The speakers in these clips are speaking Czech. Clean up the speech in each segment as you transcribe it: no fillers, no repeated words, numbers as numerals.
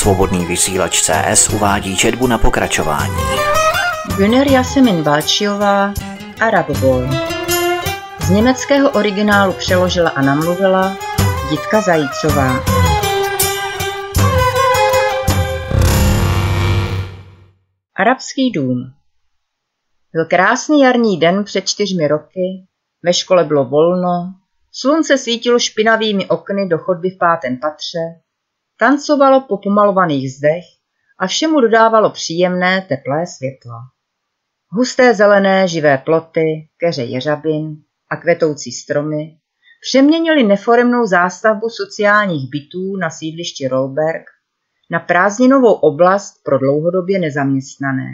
Svobodný vysílač CS uvádí četbu na pokračování. Güner Yasemin Balčiová, Arab Boy. Z německého originálu přeložila a namluvila Jitka Zajícová. Arabský dům. Byl krásný jarní den před 4 roky, ve škole bylo volno, slunce svítilo špinavými okny do chodby v 5. patře, tancovalo po pomalovaných zdech a všemu dodávalo příjemné, teplé světlo. Husté zelené živé ploty, keře jeřabin a kvetoucí stromy přeměnily neforemnou zástavbu sociálních bytů na sídlišti Rollberg na prázdninovou oblast pro dlouhodobě nezaměstnané.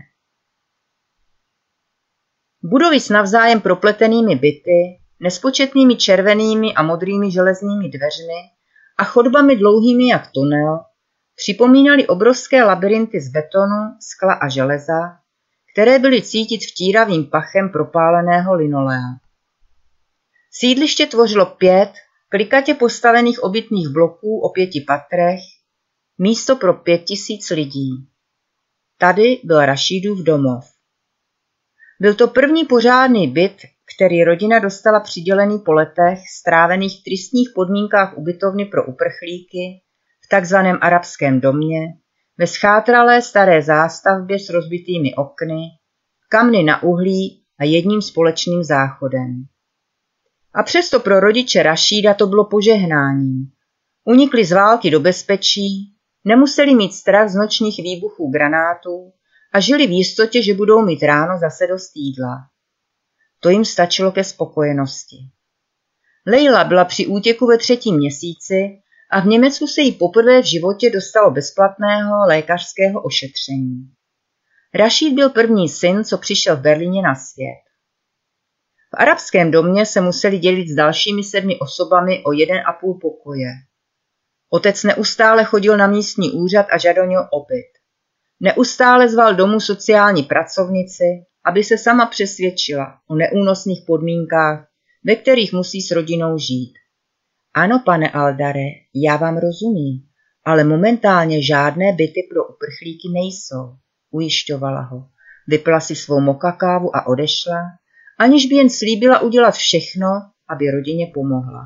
Budovy s navzájem propletenými byty, nespočetnými červenými a modrými železnými dveřmi a chodbami dlouhými jak tunel, připomínaly obrovské labyrinty z betonu, skla a železa, které byly cítit vtíravým pachem propáleného linolea. Sídliště tvořilo 5 klikatě postavených obytných bloků o 5 patrech, místo pro 5000 lidí. Tady byl Rašídův domov. Byl to první pořádný byt, který rodina dostala přidělený po letech strávených v tristních podmínkách ubytovny pro uprchlíky v takzvaném arabském domě, ve schátralé staré zástavbě s rozbitými okny, kamny na uhlí a jedním společným záchodem. A přesto pro rodiče Rašída to bylo požehnáním. Unikli z války do bezpečí, nemuseli mít strach z nočních výbuchů granátů a žili v jistotě, že budou mít ráno zase dost jídla. To jim stačilo ke spokojenosti. Lejla byla při útěku ve 3. měsíci a v Německu se jí poprvé v životě dostalo bezplatného lékařského ošetření. Rašíd byl první syn, co přišel v Berlíně na svět. V arabském domě se museli dělit s dalšími 7 osobami o 1,5 pokoje. Otec neustále chodil na místní úřad a žadonil o byt. Neustále zval domů sociální pracovnici, aby se sama přesvědčila o neúnosných podmínkách, ve kterých musí s rodinou žít. Ano, pane Aldare, já vám rozumím, ale momentálně žádné byty pro uprchlíky nejsou, ujišťovala ho. Vypila si svou moka kávu a odešla, aniž by jen slíbila udělat všechno, aby rodině pomohla.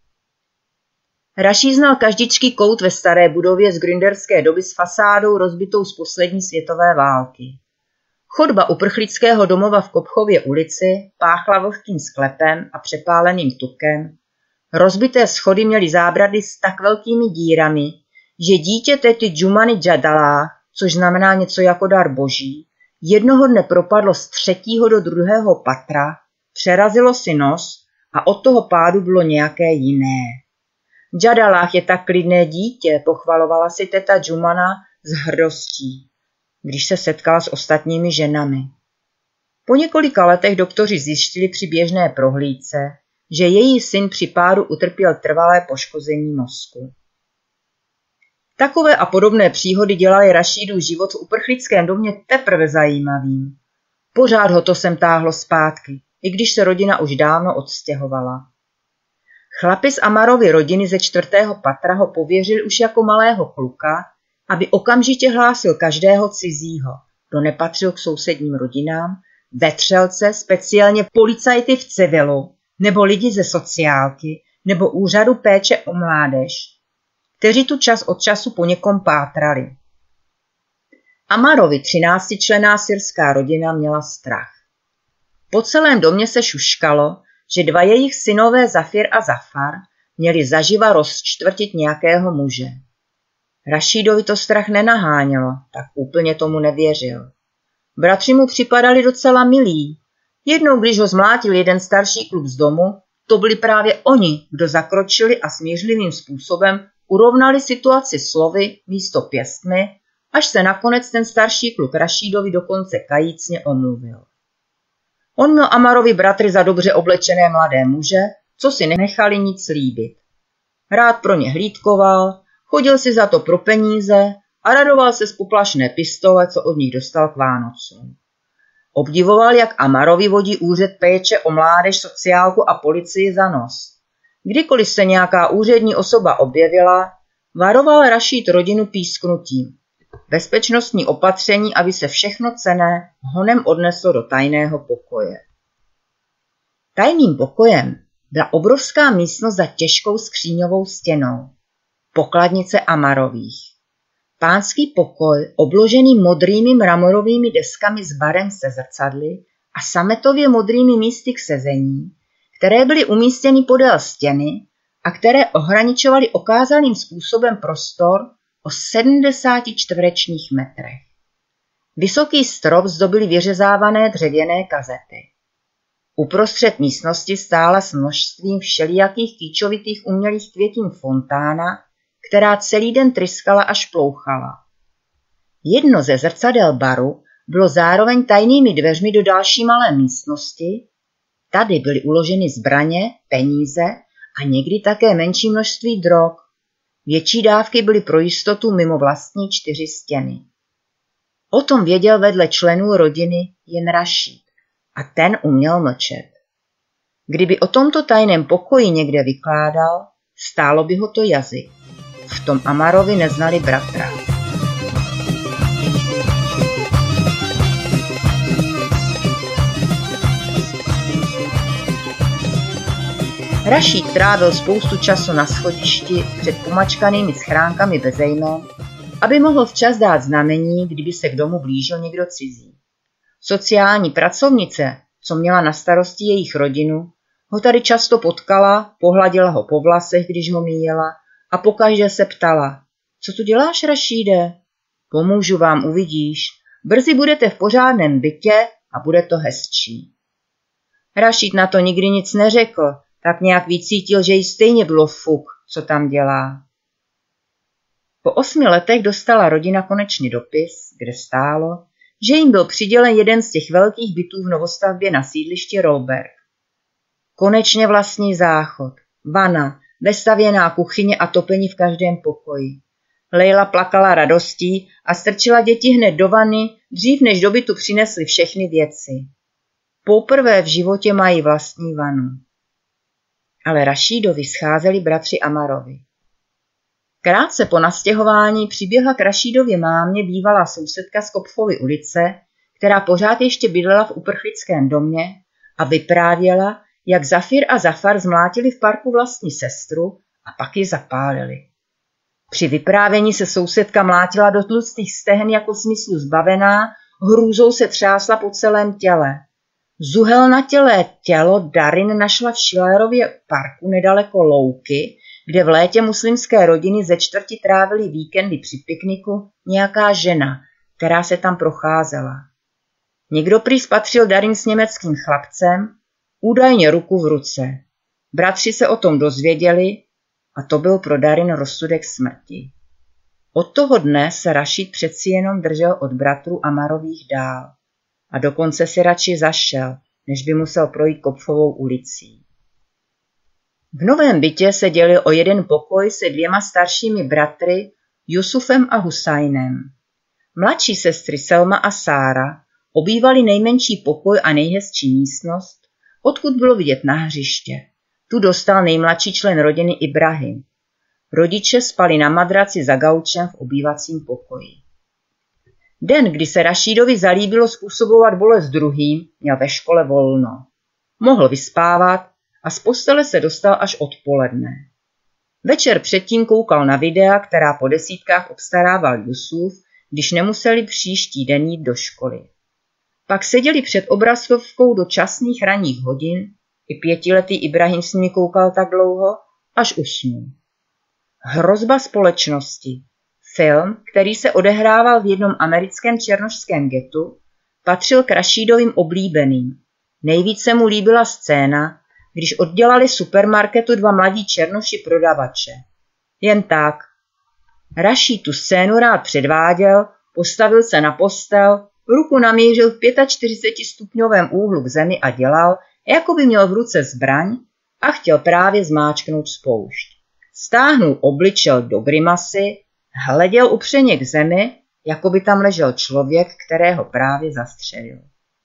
Rašíd znal každičký kout ve staré budově z gründerské doby s fasádou rozbitou z poslední světové války. Chodba uprchlického domova v Kopchově ulici páchla vlhkým sklepem a přepáleným tukem. Rozbité schody měly zábrady s tak velkými dírami, že dítě tety Džumany Džadalá, což znamená něco jako dar boží, jednoho dne propadlo z 3. do 2. patra, přerazilo si nos a od toho pádu bylo nějaké jiné. Džadalách je tak klidné dítě, pochvalovala si teta Džumana s hrdostí, když se setkala s ostatními ženami. Po několika letech doktoři zjistili při běžné prohlídce, že její syn při pádu utrpěl trvalé poškození mozku. Takové a podobné příhody dělaly Rašídův život v uprchlickém domě teprve zajímavým. Pořád ho to sem táhlo zpátky, i když se rodina už dávno odstěhovala. Chlapi z Amarovy rodiny ze 4. patra ho pověřili už jako malého kluka, aby okamžitě hlásil každého cizího, kdo nepatřil k sousedním rodinám, vetřelce, speciálně policajty v civilu, nebo lidi ze sociálky, nebo úřadu péče o mládež, kteří tu čas od času po někom pátrali. Amarovi 13členná syrská rodina měla strach. Po celém domě se šuškalo, že 2 jejich synové Zafir a Zafar měli zaživa rozčtvrtit nějakého muže. Rašídovi to strach nenahánělo, tak úplně tomu nevěřil. Bratři mu připadali docela milí. Jednou, když ho zmlátil jeden starší kluk z domu, to byli právě oni, kdo zakročili a smířlivým způsobem urovnali situaci slovy místo pěstmi, až se nakonec ten starší kluk Rašídovi dokonce kajícně omluvil. On měl Amarovi bratry za dobře oblečené mladé muže, co si nenechali nic líbit. Rád pro ně hlídkoval, chodil si za to pro peníze a radoval se z poplašné pistole, co od nich dostal k Vánocům. Obdivoval, jak Amarovi vodí úřad péče o mládež, sociálku a policii za nos. Kdykoliv se nějaká úřední osoba objevila, Varoval Rašíd rodinu písknutím. Bezpečnostní opatření, aby se všechno cenné honem odneslo do tajného pokoje. Tajným pokojem byla obrovská místnost za těžkou skříňovou stěnou. Pokladnice Amarových. Pánský pokoj, obložený modrými mramorovými deskami s barem se zrcadly a sametově modrými místy k sezení, které byly umístěny podél stěny a které ohraničovaly okázalým způsobem prostor o 70 čtverečních metrech. Vysoký strop zdobily vyřezávané dřevěné kazety. Uprostřed místnosti stála s množstvím všelijakých kýčovitých umělých květin fontána, která celý den tryskala až plouchala. Jedno ze zrcadel baru bylo zároveň tajnými dveřmi do další malé místnosti. Tady byly uloženy zbraně, peníze a někdy také menší množství drog. Větší dávky byly pro jistotu mimo vlastní 4 stěny. O tom věděl vedle členů rodiny jen Rašíd a ten uměl mlčet. Kdyby o tomto tajném pokoji někde vykládal, stálo by ho to jazyk. V tom Amarovi neznali bratra. Rašíd trávil spoustu času na schodišti před pomačkanými schránkami bez jmen, aby mohl včas dát znamení, kdyby se k domu blížil někdo cizí. Sociální pracovnice, co měla na starosti jejich rodinu, ho tady často potkala, pohladila ho po vlasech, když ho míjela, a pokaždé se ptala: co tu děláš, Rašíde? Pomůžu vám, uvidíš. Brzy budete v pořádném bytě a bude to hezčí. Rašíd na to nikdy nic neřekl, tak nějak vycítil, že jí stejně bylo fuk, co tam dělá. Po 8 letech dostala rodina konečně dopis, kde stálo, že jim byl přidělen jeden z těch velkých bytů v novostavbě na sídlišti Rolberg. Konečně vlastní záchod, vana, vestavěná kuchyně a topení v každém pokoji. Lejla plakala radostí a strčila děti hned do vany, dřív než do bytu přinesly všechny věci. Poprvé v životě mají vlastní vanu. Ale Rašídovi scházeli bratři Amarovi. Krátce po nastěhování přiběhla k Rašídově mámě bývalá sousedka z Kopfovy ulice, která pořád ještě bydlela v uprchlickém domě, a vyprávěla, jak Zafír a Zafar zmlátili v parku vlastní sestru a pak ji zapálili. Při vyprávění se sousedka mlátila do tlustých stehen jako smyslu zbavená, hrůzou se třásla po celém těle. Zuhelnatělé tělo Darin našla v Schillerově parku nedaleko Louky, kde v létě muslimské rodiny ze čtvrti trávily víkendy při pikniku nějaká žena, která se tam procházela. Někdo prý spatřil Darin s německým chlapcem, údajně ruku v ruce. Bratři se o tom dozvěděli a to byl pro Darin rozsudek smrti. Od toho dne se Rašíd přeci jenom držel od bratrů Amarových dál a dokonce si radši zašel, než by musel projít Kopfovou ulicí. V novém bytě se dělil o jeden pokoj se 2 staršími bratry, Jusufem a Husajnem. Mladší sestry Selma a Sára obývali nejmenší pokoj a nejhezčí místnost, odkud bylo vidět na hřiště. Tu dostal nejmladší člen rodiny Ibrahim. Rodiče spali na madraci za gaučem v obývacím pokoji. Den, kdy se Rašídovi zalíbilo způsobovat bolest druhým, měl ve škole volno. Mohl vyspávat a z postele se dostal až odpoledne. Večer předtím koukal na videa, která po desítkách obstarával Jusuf, když nemuseli příští den jít do školy. Pak seděli před obrazovkou do časných ranních hodin, i 5letý Ibrahim s nimi koukal tak dlouho, až usnul. Hrozba společnosti. Film, který se odehrával v jednom americkém černošském getu, patřil k Rašídovým oblíbeným. Nejvíce mu líbila scéna, když oddělali supermarketu 2 mladí černoši prodavače. Jen tak. Rašíd tu scénu rád předváděl, postavil se na postel, ruku namířil v 45stupňovém úhlu k zemi a dělal, jako by měl v ruce zbraň a chtěl právě zmáčknout spoušť. Stáhnul obličel do grimasy, hleděl upřeně k zemi, jako by tam ležel člověk, kterého právě zastřelil.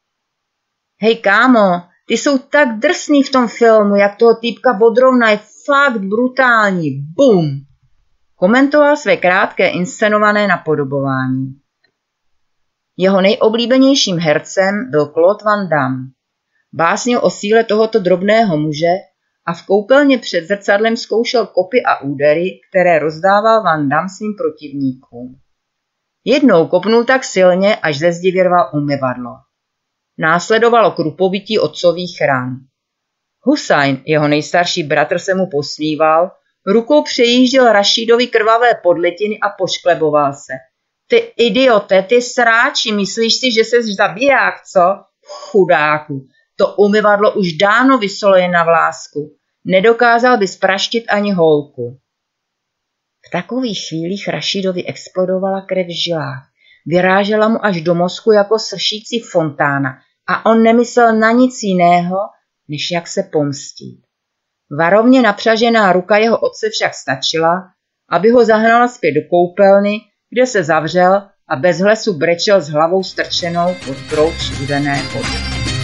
Hej kámo, ty jsou tak drsný v tom filmu, jak toho týpka odrovnají, fakt brutální, bum! Komentoval své krátké inscenované napodobování. Jeho nejoblíbenějším hercem byl Claude Van Damme. Básnil o síle tohoto drobného muže a v koupelně před zrcadlem zkoušel kopy a údery, které rozdával Van Damme svým protivníkům. Jednou kopnul tak silně, až ze zdi vyrval umyvadlo. Následovalo krupovití otcových ran. Husajn, jeho nejstarší bratr, se mu posmíval, rukou přejížděl Rašídovi krvavé podletiny a poškleboval se. Ty idiote, ty sráči, myslíš si, že ses zabiják, co? Chudáku, to umyvadlo už dávno viselo jen na vlásku. Nedokázal by spraštit ani holku. V takových chvílích Rašídovi explodovala krev v žilách. Vyrážela mu až do mozku jako sršící fontána a on nemyslel na nic jiného, než jak se pomstít. Varovně napřažená ruka jeho otce však stačila, aby ho zahnala zpět do koupelny, kde se zavřel a bez hlesu brečel s hlavou strčenou pod proud studené vody.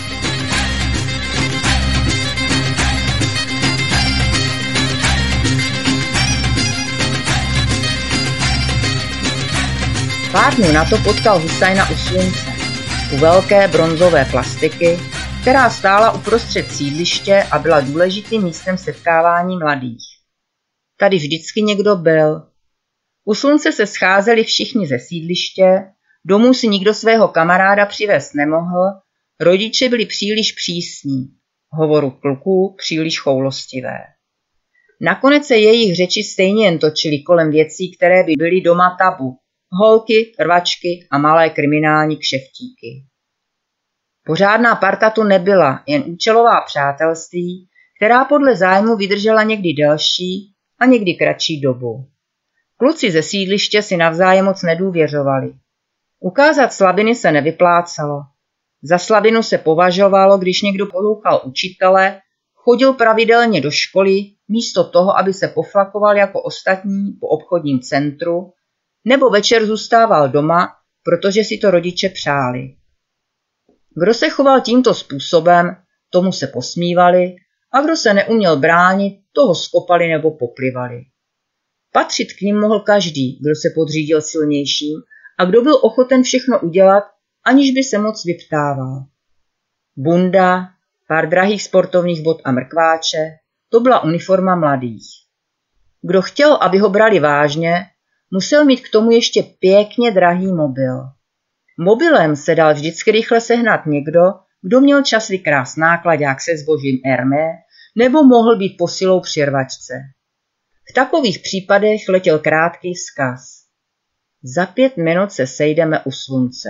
Pár dnů na to potkal Husajna u slunce, u velké bronzové plastiky, která stála uprostřed sídliště a byla důležitým místem setkávání mladých. Tady vždycky někdo byl. U slunce se scházeli všichni ze sídliště, domů si nikdo svého kamaráda přivést nemohl, rodiče byli příliš přísní, hovoru kluků příliš choulostivé. Nakonec se jejich řeči stejně jen točily kolem věcí, které by byly doma tabu, holky, rvačky a malé kriminální kšeftíky. Pořádná parta tu nebyla, jen účelová přátelství, která podle zájmu vydržela někdy delší a někdy kratší dobu. Kluci ze sídliště si navzájem moc nedůvěřovali. Ukázat slabiny se nevyplácalo. Za slabinu se považovalo, když někdo poslouchal učitele, chodil pravidelně do školy, místo toho, aby se poflakoval jako ostatní po obchodním centru, nebo večer zůstával doma, protože si to rodiče přáli. Kdo se choval tímto způsobem, tomu se posmívali, a kdo se neuměl bránit, toho skopali nebo poplivali. Patřit k nim mohl každý, kdo se podřídil silnějším a kdo byl ochoten všechno udělat, aniž by se moc vyptával. Bunda, pár drahých sportovních bot a mrkváče, to byla uniforma mladých. Kdo chtěl, aby ho brali vážně, musel mít k tomu ještě pěkně drahý mobil. Mobilem se dal vždycky rychle sehnat někdo, kdo měl čas vykrást nákladák se zbožím Hermé, nebo mohl být posilou při rvačce. V takových případech letěl krátký vzkaz. Za 5 minut se sejdeme u slunce.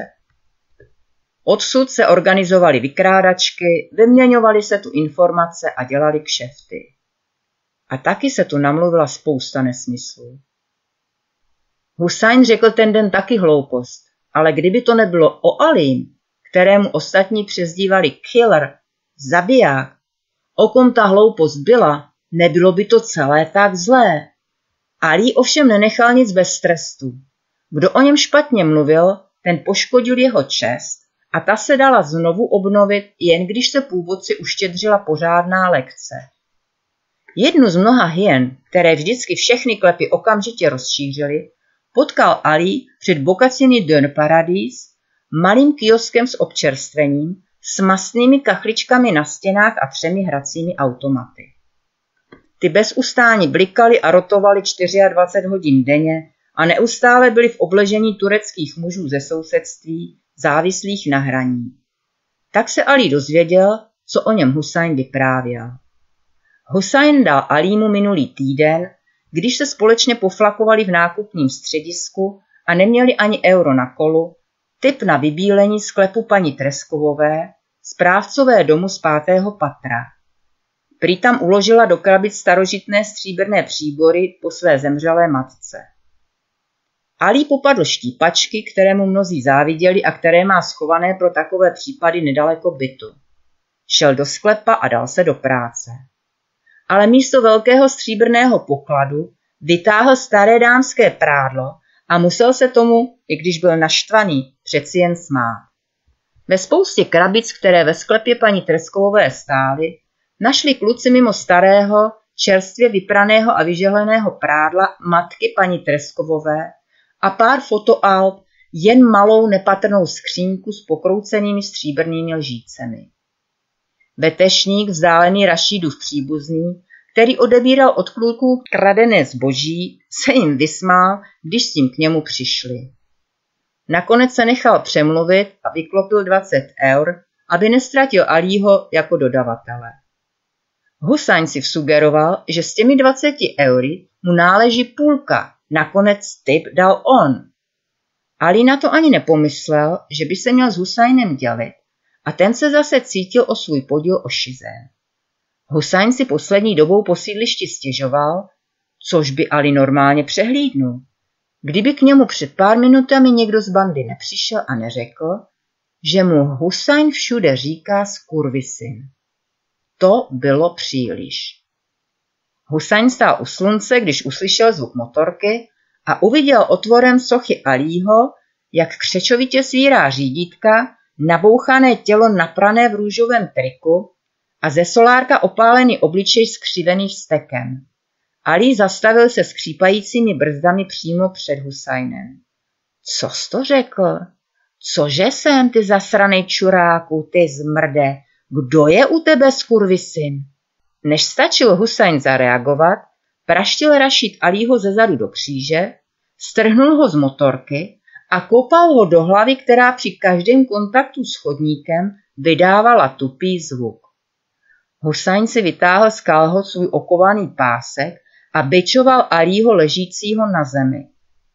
Odsud se organizovaly vykrádačky, vyměňovaly se tu informace a dělali kšefty. A taky se tu namluvila spousta nesmyslů. Husajn řekl ten den taky hloupost, ale kdyby to nebylo o Alím, kterému ostatní přezdívali killer, zabiják, o kom ta hloupost byla, nebylo by to celé tak zlé. Alí ovšem nenechal nic bez trestu. Kdo o něm špatně mluvil, ten poškodil jeho čest a ta se dala znovu obnovit, jen když se původci uštědřila pořádná lekce. Jednu z mnoha hyen, které vždycky všechny klepy okamžitě rozšířily, potkal Ali před Boccaccini d'un Paradis, malým kioskem s občerstvením, s mastnými kachličkami na stěnách a 3 hracími automaty. Ty bez ustání blikaly a rotovaly 24 hodin denně a neustále byly v obležení tureckých mužů ze sousedství, závislých na hraní. Tak se Ali dozvěděl, co o něm Husajn vyprávěl. Husajn dal Alímu minulý týden, když se společně poflakovali v nákupním středisku a neměli ani euro na kolu, tip na vybílení sklepu paní Treskovové, správcové domu z 5. patra. Prý tam uložila do krabic starožitné stříbrné příbory po své zemřelé matce. Alí popadl štípačky, které mu mnozí záviděli a které má schované pro takové případy nedaleko bytu. Šel do sklepa a dal se do práce. Ale místo velkého stříbrného pokladu vytáhl staré dámské prádlo a musel se tomu, i když byl naštvaný, přeci jen smát. Ve spoustě krabic, které ve sklepě paní Treskovové stály, našli kluci mimo starého čerstvě vypraného a vyžehleného prádla matky paní Treskovové a pár fotoalb, jen malou nepatrnou skříňku s pokroucenými stříbrnými lžícemi. Vetešník, vzdálený Rašídův příbuzný, který odebíral od kluků kradené zboží, se jim vysmál, když s tím k němu přišli. Nakonec se nechal přemluvit a vyklopil 20 eur, aby nestratil Alího jako dodavatele. Husajn si vsugeroval, že s těmi 20 eury mu náleží půlka, nakonec tip dal on. Alí na to ani nepomyslel, že by se měl s Husajnem dělit, a ten se zase cítil o svůj podíl ošizen. Husajn si poslední dobou po sídlišti stěžoval, což by Ali normálně přehlídnul. Kdyby k němu před pár minutami někdo z bandy nepřišel a neřekl, že mu Husajn všude říká skurvisyn. To bylo příliš. Husajn stál u slunce, když uslyšel zvuk motorky a uviděl otvorem sochy Alího, jak křečovitě svírá řídítka, nabouchané tělo naprané v růžovém triku a ze solárka opálený obličej skřivený vztekem. Alí zastavil se skřípajícími brzdami přímo před Husajnem. Co jsi to řekl? Cože jsem, ty zasranej čuráku, ty zmrde? Kdo je u tebe skurvisyn? Než stačil Husajn zareagovat, praštil Rašíd Alího zezadu do kříže, strhnul ho z motorky a kopal ho do hlavy, která při každém kontaktu s chodníkem vydávala tupý zvuk. Husajn si vytáhl z kalhot svůj okovaný pásek a bičoval Alího ležícího na zemi.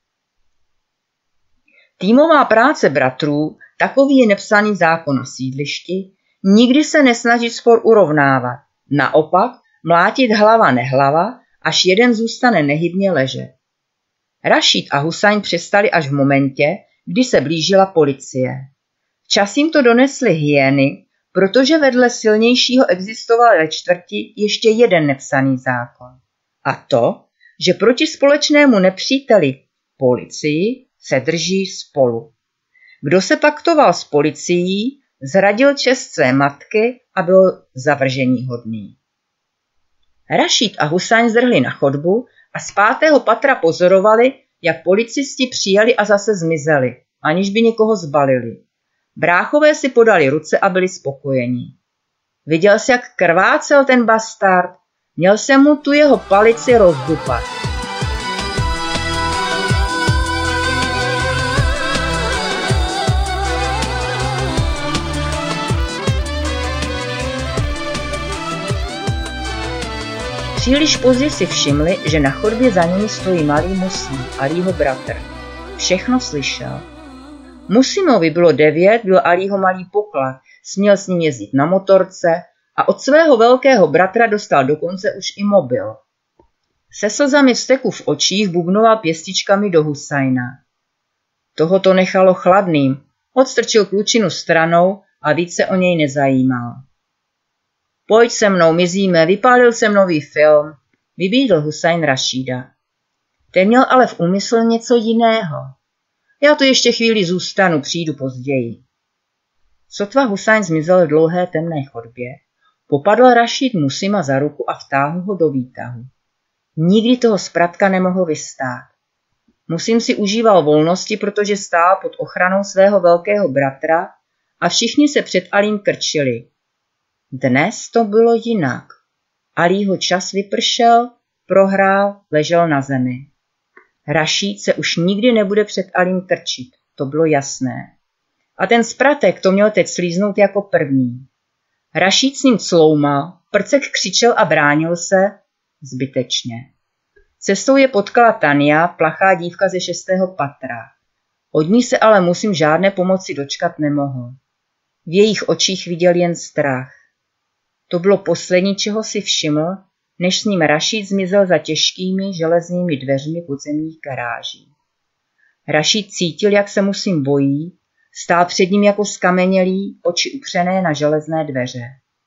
Týmová práce bratrů, takový je nepsaný zákon na sídlišti, nikdy se nesnaží spor urovnávat, naopak mlátit hlava nehlava, až jeden zůstane nehybně ležet. Rašíd a Husajn přestali až v momentě, kdy se blížila policie. Včas jim to donesly hyeny, protože vedle silnějšího existoval ve čtvrti ještě jeden nepsaný zákon. A to, že proti společnému nepříteli policii se drží spolu. Kdo se paktoval s policií, zradil čest své matky a byl zavrženíhodný. Rašíd a Husajn zdrhli na chodbu a z 5. patra pozorovali, jak policisti přijeli a zase zmizeli, aniž by někoho zbalili. Bráchové si podali ruce a byli spokojení. Viděl jsi, jak krvácel ten bastard? Měl jsem mu tu jeho palici rozdupat. Příliš pozdě si všimli, že na chodbě za nimi stojí malý Musim, Alího bratr. Všechno slyšel. Musimovi bylo 9, byl Alího malý poklad, směl s ním jezdit na motorce a od svého velkého bratra dostal dokonce už i mobil. Se slzami vzteku v očích bubnoval pěstičkami do Husajna. Toho to nechalo chladným, odstrčil klučinu stranou a víc se o něj nezajímal. Pojď se mnou, mizíme, vypálil jsem nový film, vybídl Husajn Rašída. Ten měl ale v úmyslu něco jiného. Já tu ještě chvíli zůstanu, přijdu později. Sotva Husajn zmizel v dlouhé temné chodbě, popadl Rašíd Musima za ruku a vtáhl ho do výtahu. Nikdy toho zpratka nemohl vystát. Musim si užíval volnosti, protože stál pod ochranou svého velkého bratra a všichni se před Alím krčili. Dnes to bylo jinak. Alího čas vypršel, prohrál, ležel na zemi. Rašíd se už nikdy nebude před Alím krčit, to bylo jasné. A ten spratek to měl teď slíznout jako první. Rašíd s ním cloumal, prcek křičel a bránil se, zbytečně. Cestou je potkala Tania, plachá dívka ze 6. patra. Od ní se ale Musim žádné pomoci dočkat nemohl. V jejich očích viděl jen strach. To bylo poslední, čeho si všiml, než s ním Rašíd zmizel za těžkými železnými dveřmi podzemních garáží. Rašíd cítil, jak se Musim bojí, stál před ním jako skamenělý, oči upřené na železné dveře.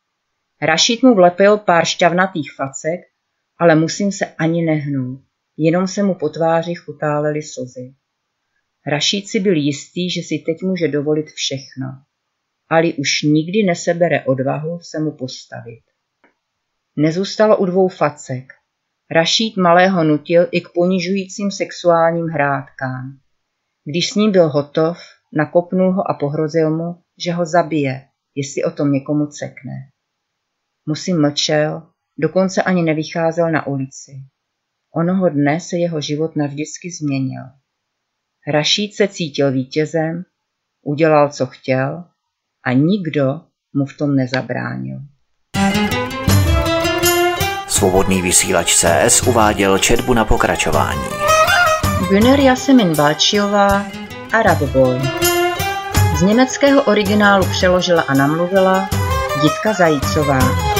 Rašíd mu vlepil pár šťavnatých facek, ale Musim se ani nehnul, jenom se mu po tváři chutálely slzy. Rašíd si byl jistý, že si teď může dovolit všechno. Ali už nikdy nesebere odvahu se mu postavit. Nezůstalo u 2 facek. Rašíd malého nutil i k ponižujícím sexuálním hrádkám. Když s ním byl hotov, nakopnul ho a pohrozil mu, že ho zabije, jestli o tom někomu cekne. Musim mlčel, dokonce ani nevycházel na ulici. Onoho dne se jeho život navždycky změnil. Rašíd se cítil vítězem, udělal, co chtěl a nikdo mu v tom nezabránil. Svobodný vysílač CS uváděl četbu na pokračování. Güner Yasemin Balčiová, Arab Boy. Z německého originálu přeložila a namluvila Jitka Zajícová.